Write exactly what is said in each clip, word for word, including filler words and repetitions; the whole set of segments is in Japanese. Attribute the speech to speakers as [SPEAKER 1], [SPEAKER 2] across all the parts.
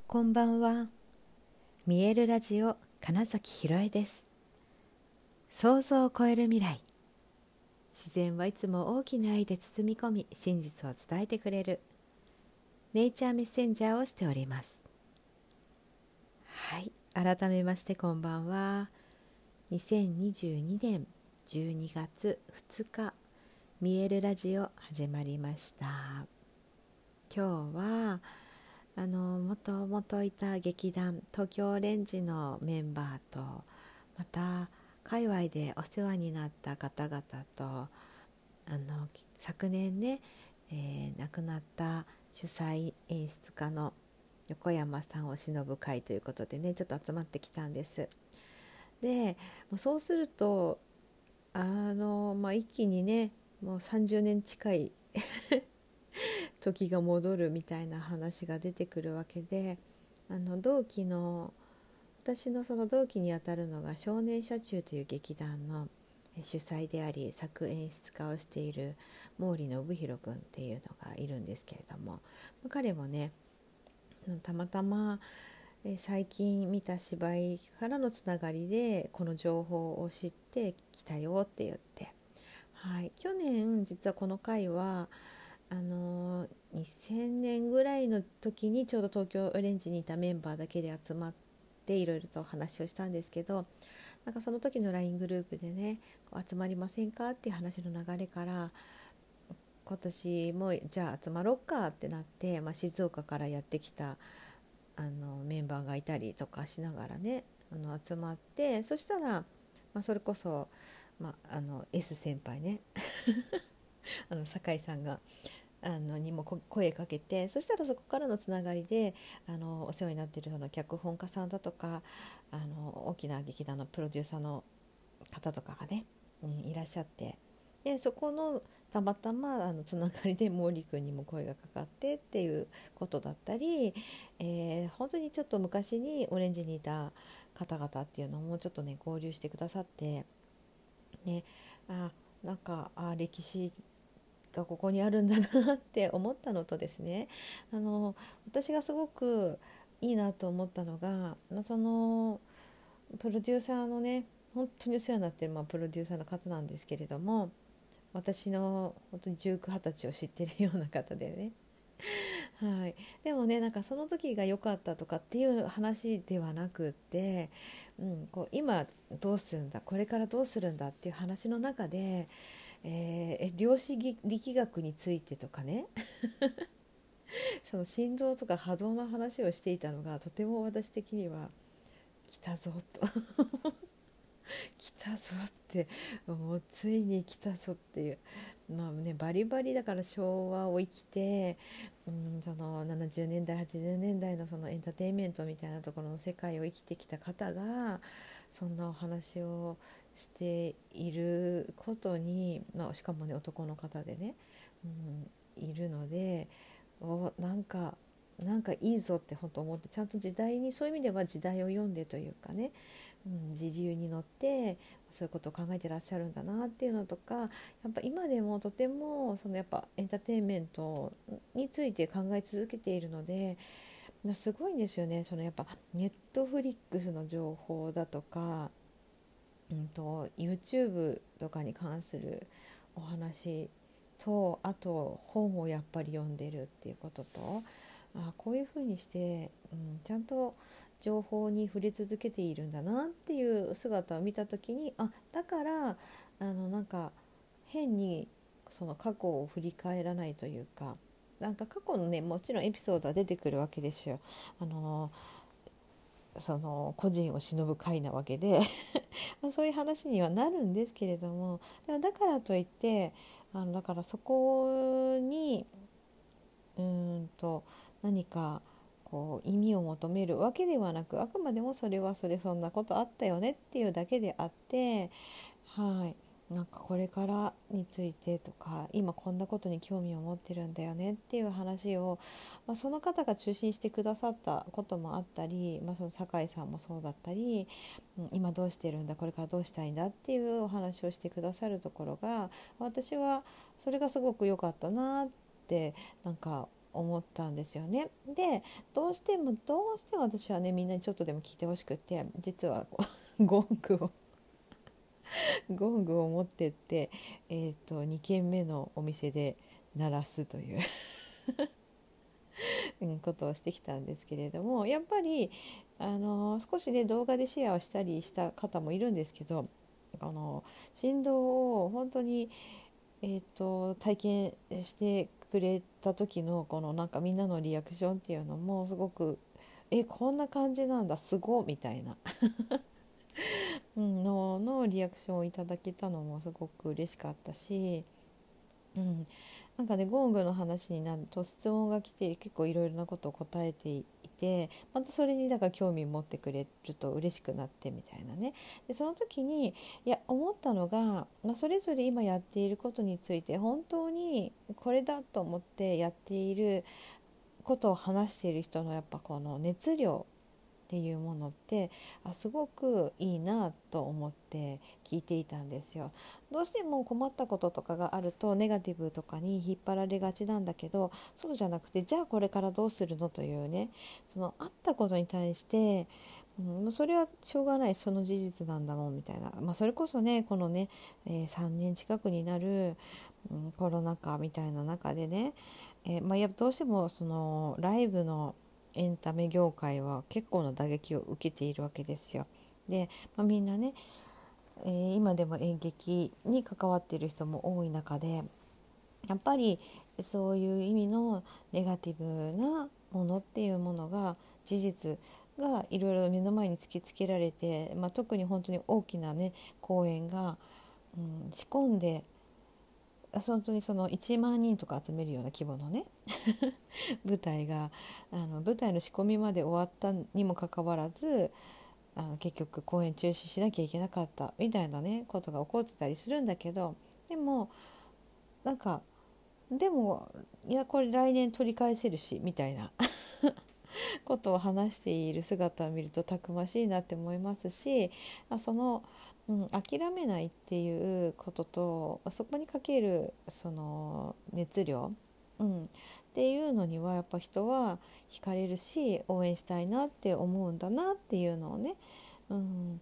[SPEAKER 1] こんばんは。見えるラジオ金崎ひろえです。想像を超える未来。自然はいつも大きな愛で包み込み、真実を伝えてくれるネイチャーメッセンジャーをしております。はい、改めましてこんばんは。にせんにじゅうにねんじゅうにがつふつか、見えるラジオ始まりました。今日はあのもともといた劇団東京オレンジのメンバーと、また界隈でお世話になった方々と、あの昨年ね、えー亡くなった主催演出家の横山さんを偲ぶ会ということでね、ちょっと集まってきたんです。でもうそうするとあの、まあ、一気にね、もうさんじゅうねん近い時が戻るみたいな話が出てくるわけで、あの同期の私のその同期にあたるのが少年社中という劇団の主催であり作演出家をしている毛利信弘君っていうのがいるんですけれども、彼もねたまたま最近見た芝居からのつながりでこの情報を知ってきたよって言って、はい、去年実はこの回はあのにせんねんぐらいの時にちょうど東京オレンジにいたメンバーだけで集まっていろいろと話をしたんですけど、なんかその時の ライン グループでね、こう集まりませんかっていう話の流れから、今年もじゃあ集まろっかってなって、まあ、静岡からやってきたあのメンバーがいたりとかしながらね、あの集まって、そしたら、まあ、それこそ、まあ、あの S 先輩ねあの酒井さんがあのにも声かけて、そしたらそこからのつながりで、あのお世話になっているその脚本家さんだとか、あの大きな劇団のプロデューサーの方とかがね、うん、いらっしゃって、でそこのたまたまあのつながりで毛利君にも声がかかってっていうことだったり、えー、本当にちょっと昔にオレンジにいた方々っていうのもちょっとね合流してくださって、ね、あなんかあ歴史がここにあるんだなって思ったのとですね、あの私がすごくいいなと思ったのが、そのプロデューサーのね、本当にお世話になっている、まあ、プロデューサーの方なんですけれども、私の本当にじゅうきゅう、はたちを知ってるような方でねはい、でもね、なんかその時が良かったとかっていう話ではなくって、うん、こう今どうするんだ、これからどうするんだっていう話の中で、えー、量子力学についてとかねその振動とか波動の話をしていたのが、とても私的には来たぞと来たぞって、もうついに来たぞっていう、まあね、バリバリだから昭和を生きて、うん、そのななじゅうねんだいはちじゅうねんだいのそのエンターテインメントみたいなところの世界を生きてきた方がそんなお話をしていることに、まあ、しかもね男の方でね、うん、いるので、おなんかなんかいいぞって本当思って、ちゃんと時代に、そういう意味では時代を読んでというかね、うん、時流に乗ってそういうことを考えてらっしゃるんだなっていうのとか、やっぱ今でもとてもそのやっぱエンターテインメントについて考え続けているので、すごいんですよね。そのやっぱネットフリックスの情報だとか、うんと、YouTube とかに関するお話と、あと本をやっぱり読んでるっていうことと、あこういうふうにして、うん、ちゃんと情報に触れ続けているんだなっていう姿を見た時に、あだからあのなんか変にその過去を振り返らないというか、なんか過去のね、もちろんエピソードは出てくるわけですよ。あのその個人を忍ぶ会なわけでまあそういう話にはなるんですけれども、でもだからといってあのだからそこにうーんと何かこう意味を求めるわけではなく、あくまでもそれはそれ、そんなことあったよねっていうだけであって、はい、なんかこれからについてとか、今こんなことに興味を持ってるんだよねっていう話を、まあ、その方が中心してくださったこともあったり、まあ、その酒井さんもそうだったり、うん今どうしてるんだ、これからどうしたいんだっていうお話をしてくださるところが、私はそれがすごく良かったなってなんか思ったんですよね。でどうしてもどうしても私はねみんなにちょっとでも聞いてほしくて、実はこうゴングをゴングを持ってって、えー、とにけんめのお店で鳴らすということをしてきたんですけれども、やっぱりあの少しね動画でシェアをしたりした方もいるんですけど、あの振動を本当に、えー、と体験してくれた時のこのなんかみんなのリアクションっていうのもすごくえこんな感じなんだすごみたいなうんののリアクションをいただけたのもすごく嬉しかったし、うん、なんかねゴングの話になると質問が来て結構いろいろなことを答えていて、またそれにだから興味持ってくれると嬉しくなってみたいなね。でその時にいや思ったのが、まあ、それぞれ今やっていることについて本当にこれだと思ってやっていることを話している人のやっぱこの熱量っていうものってあすごくいいなと思って聞いていたんですよ。どうしても困ったこととかがあるとネガティブとかに引っ張られがちなんだけど、そうじゃなくてじゃあこれからどうするのというね、そのあったことに対して、うん、それはしょうがないその事実なんだもんみたいな、まあ、それこそねこのね、えー、さんねん近くになる、うん、コロナ禍みたいな中でね、えーまあ、やっぱどうしてもそのライブのエンタメ業界は結構な打撃を受けているわけですよ。で、まあ、みんなね、えー今でも演劇に関わっている人も多い中で、やっぱりそういう意味のネガティブなものっていうものが事実がいろいろ目の前に突きつけられて、まあ、特に本当に大きなね公演が、うん、仕込んで本当にそのいちまんにんとか集めるような規模のね舞台があの舞台の仕込みまで終わったにもかかわらず、あの結局公演中止しなきゃいけなかったみたいなねことが起こってたりするんだけど、でもなんかでもいやこれ来年取り返せるしみたいなことを話している姿を見るとたくましいなって思いますし、あその、うん、諦めないっていうこととそこにかけるその熱量、うん、っていうのにはやっぱ人は惹かれるし応援したいなって思うんだなっていうのをね、うん、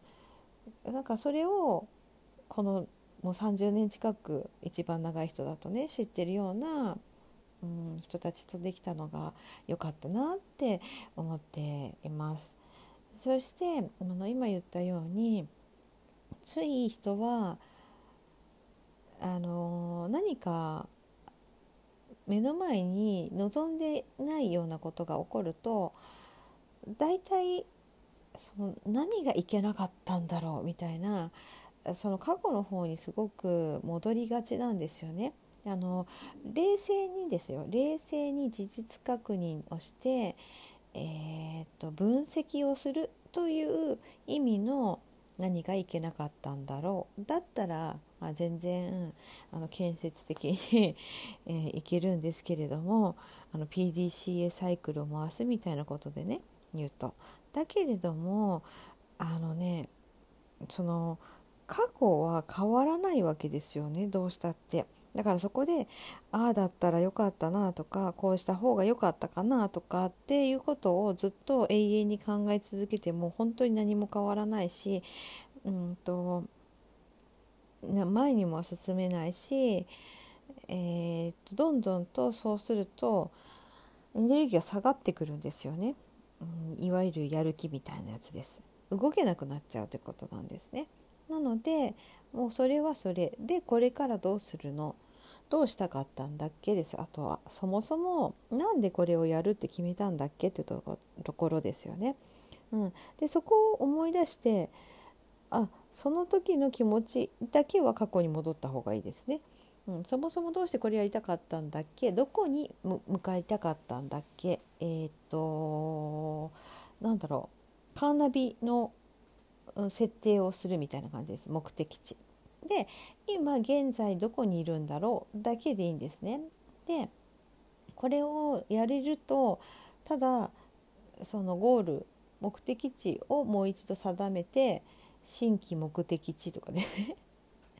[SPEAKER 1] なんかそれをこのもうさんじゅうねん近く一番長い人だとね知ってるような、うん、人たちとできたのが良かったなって思っています。そしてあの今言ったようについ人はあの何か目の前に望んでないようなことが起こると大体その何がいけなかったんだろうみたいなその過去の方にすごく戻りがちなんですよね。あの冷静にですよ冷静に事実確認をして、えー、と分析をするという意味の何がいけなかったんだろうだったら、まあ、全然あの建設的にえーいけるんですけれども、あの ピーディーシーエー サイクルを回すみたいなことでね言うと、だけれどもあのねその過去は変わらないわけですよね、どうしたって。だからそこでああだったらよかったなとかこうした方が良かったかなとかっていうことをずっと永遠に考え続けても本当に何も変わらないし、うんと前にも進めないし、えー、とどんどんとそうするとエネルギーが下がってくるんですよね、うん、いわゆるやる気みたいなやつです。動けなくなっちゃうってことなんですね。なのでもうそれはそれでこれからどうするのどうしたかったんだっけです。あとはそもそもなんでこれをやるって決めたんだっけってとこところですよね、うん、でそこを思い出してあその時の気持ちだけは過去に戻った方がいいですね、うん、そもそもどうしてこれやりたかったんだっけどこに向かいたかったんだっけえー、っとなんだろうカーナビの設定をするみたいな感じです。目的地で今現在どこにいるんだろうだけでいいんですね。でこれをやれるとただそのゴール目的地をもう一度定めて新規目的地とかでね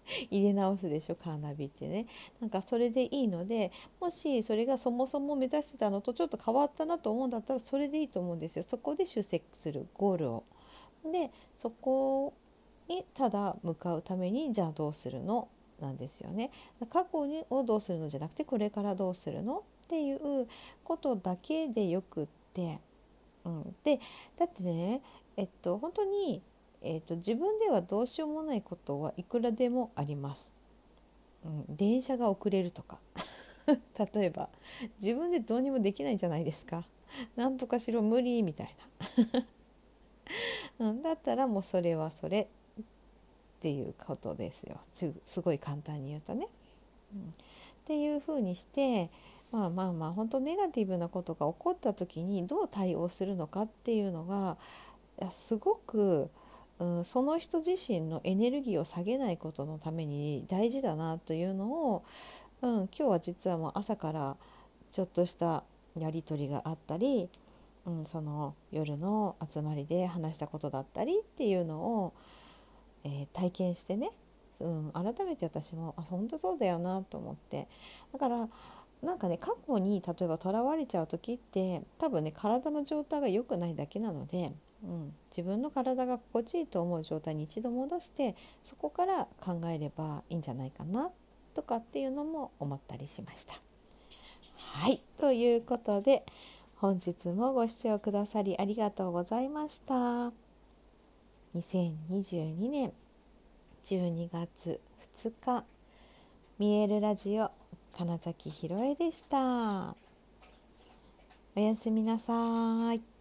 [SPEAKER 1] 入れ直すでしょ、カーナビってね。なんかそれでいいので、もしそれがそもそも目指してたのとちょっと変わったなと思うんだったらそれでいいと思うんですよ。そこで修正するゴールを。でそこにただ向かうために、じゃあどうするのなんですよね。過去をどうするのじゃなくて、これからどうするのっていうことだけでよくって、うん、でだってね、えっと本当に、えっと、自分ではどうしようもないことはいくらでもあります。うん、電車が遅れるとか例えば自分でどうにもできないじゃないですか。なんとかしろ無理みたいな、うん、だったらもうそれはそれっていうことですよ。す、すごい簡単に言うとね、うん、っていうふうにして、まあまあまあ本当ネガティブなことが起こった時にどう対応するのかっていうのが、いやすごく、うん、その人自身のエネルギーを下げないことのために大事だなというのを、うん、今日は実はもう朝からちょっとしたやり取りがあったり、うん、その夜の集まりで話したことだったりっていうのを、えー体験してね、うん、改めて私もあ本当そうだよなと思って、だからなんかね、過去に例えばとらわれちゃう時って多分ね、体の状態が良くないだけなので、うん、自分の体が心地いいと思う状態に一度戻して、そこから考えればいいんじゃないかなとかっていうのも思ったりしました。はい、ということで本日もご視聴くださりありがとうございました。にせんにじゅうにねんじゅうにがつふつか、見えるラジオ金崎ひろえでした。おやすみなさい。